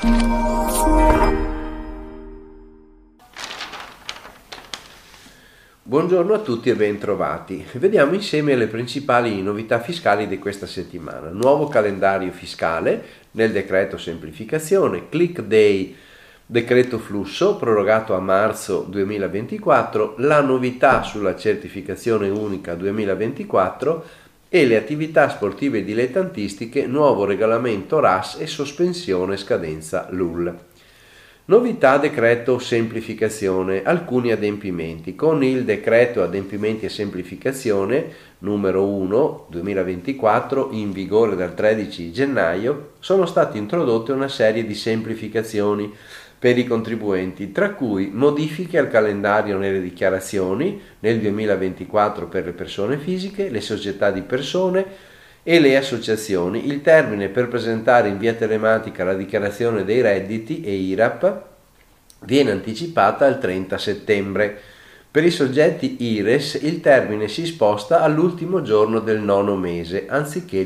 Buongiorno a tutti e bentrovati. Vediamo insieme le principali novità fiscali di questa settimana. Nuovo calendario fiscale nel decreto semplificazione, click day, decreto flusso prorogato a marzo 2024, la novità sulla certificazione unica 2024 e le attività sportive dilettantistiche, nuovo regolamento RAS e sospensione scadenza LUL. Novità decreto semplificazione, alcuni adempimenti. Con il decreto adempimenti e semplificazione numero 1 2024 in vigore dal 13 gennaio sono state introdotte una serie di semplificazioni per i contribuenti, tra cui modifiche al calendario nelle dichiarazioni nel 2024 per le persone fisiche, le società di persone e le associazioni. Il termine per presentare in via telematica la dichiarazione dei redditi e IRAP viene anticipata al 30 settembre. Per i soggetti IRES il termine si sposta all'ultimo giorno del 9° mese anziché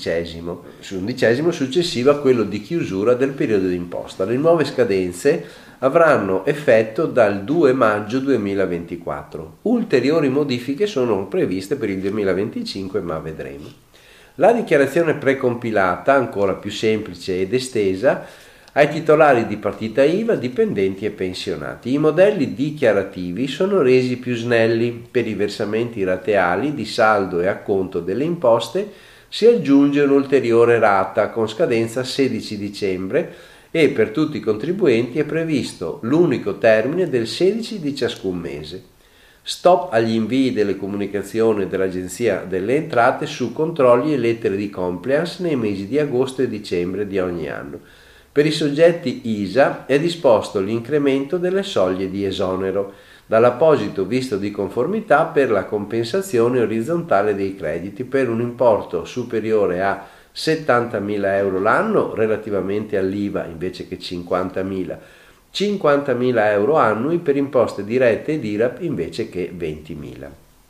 l'11° successivo a quello di chiusura del periodo d'imposta. Le nuove scadenze avranno effetto dal 2 maggio 2024. Ulteriori modifiche sono previste per il 2025, ma vedremo. La dichiarazione precompilata, ancora più semplice ed estesa, ai titolari di partita IVA, dipendenti e pensionati. I modelli dichiarativi sono resi più snelli. Per i versamenti rateali di saldo e acconto delle imposte si aggiunge un'ulteriore rata con scadenza 16 dicembre e per tutti i contribuenti è previsto l'unico termine del 16 di ciascun mese. Stop agli invii delle comunicazioni dell'Agenzia delle Entrate su controlli e lettere di compliance nei mesi di agosto e dicembre di ogni anno. Per i soggetti ISA è disposto l'incremento delle soglie di esonero dall'apposito visto di conformità per la compensazione orizzontale dei crediti per un importo superiore a 70.000 euro l'anno relativamente all'IVA invece che 50.000 euro annui per imposte dirette ed IRAP invece che 20.000.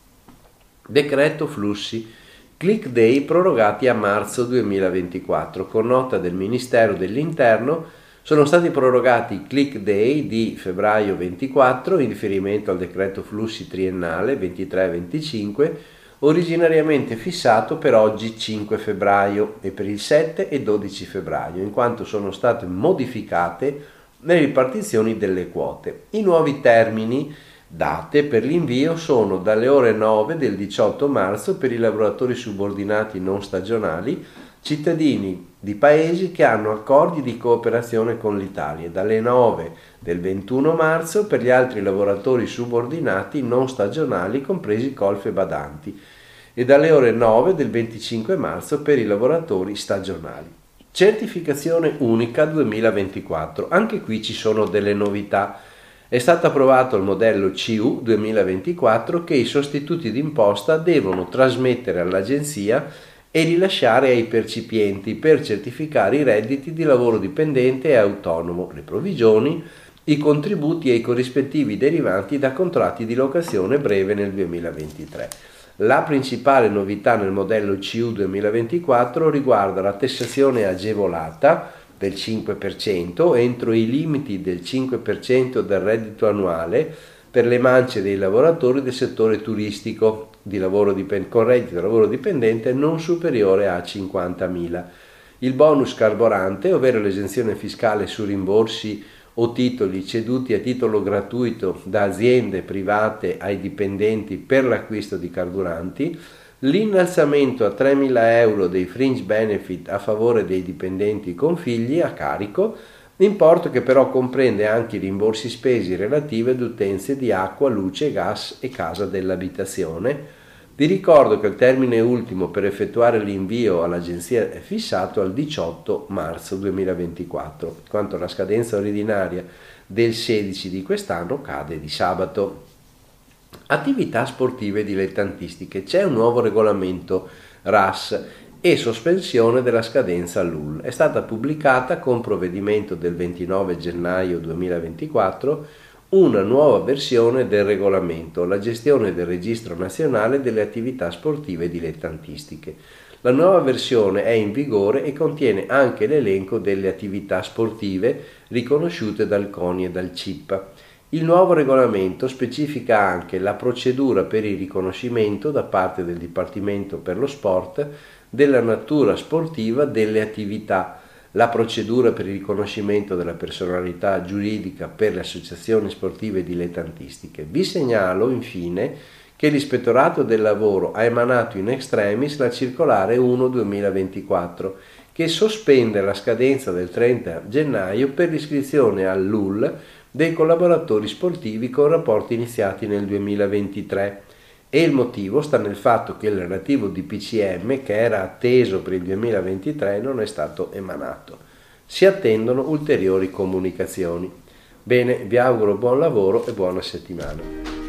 Decreto flussi, click day prorogati a marzo 2024. Con nota del Ministero dell'Interno sono stati prorogati i click day di febbraio 24 in riferimento al decreto flussi triennale 23-25, originariamente fissato per oggi 5 febbraio e per il 7 e 12 febbraio, in quanto sono state modificate le ripartizioni delle quote. I nuovi termini date per l'invio sono dalle ore 9 del 18 marzo per i lavoratori subordinati non stagionali, cittadini di paesi che hanno accordi di cooperazione con l'Italia, dalle 9 del 21 marzo per gli altri lavoratori subordinati non stagionali compresi colf e badanti e dalle ore 9 del 25 marzo per i lavoratori stagionali. Certificazione unica 2024, anche qui ci sono delle novità. È stato approvato il modello CU 2024 che i sostituti d'imposta devono trasmettere all'agenzia e rilasciare ai percipienti per certificare i redditi di lavoro dipendente e autonomo, le provvigioni, i contributi e i corrispettivi derivanti da contratti di locazione breve nel 2023. La principale novità nel modello CU 2024 riguarda la tassazione agevolata del 5% entro i limiti del 5% del reddito annuale per le mance dei lavoratori del settore turistico con reddito di lavoro dipendente non superiore a 50.000. Il bonus carburante, ovvero l'esenzione fiscale su rimborsi o titoli ceduti a titolo gratuito da aziende private ai dipendenti per l'acquisto di carburanti, l'innalzamento a 3.000 euro dei fringe benefit a favore dei dipendenti con figli a carico, importo che però comprende anche i rimborsi spesi relativi ad utenze di acqua, luce, gas e casa dell'abitazione. Vi ricordo che il termine ultimo per effettuare l'invio all'agenzia è fissato al 18 marzo 2024, quanto la scadenza ordinaria del 16 di quest'anno cade di sabato. Attività sportive dilettantistiche. C'è un nuovo regolamento RAS e sospensione della scadenza LUL. È stata pubblicata con provvedimento del 29 gennaio 2024 una nuova versione del regolamento, la gestione del registro nazionale delle attività sportive dilettantistiche. La nuova versione è in vigore e contiene anche l'elenco delle attività sportive riconosciute dal CONI e dal CIP. Il nuovo regolamento specifica anche la procedura per il riconoscimento da parte del Dipartimento per lo Sport della natura sportiva delle attività, la procedura per il riconoscimento della personalità giuridica per le associazioni sportive dilettantistiche. Vi segnalo infine che l'Ispettorato del Lavoro ha emanato in extremis la circolare 1/2024 che sospende la scadenza del 30 gennaio per l'iscrizione all'UL dei collaboratori sportivi con rapporti iniziati nel 2023 e il motivo sta nel fatto che il relativo DPCM che era atteso per il 2023 non è stato emanato. Si attendono ulteriori comunicazioni. Bene, vi auguro buon lavoro e buona settimana.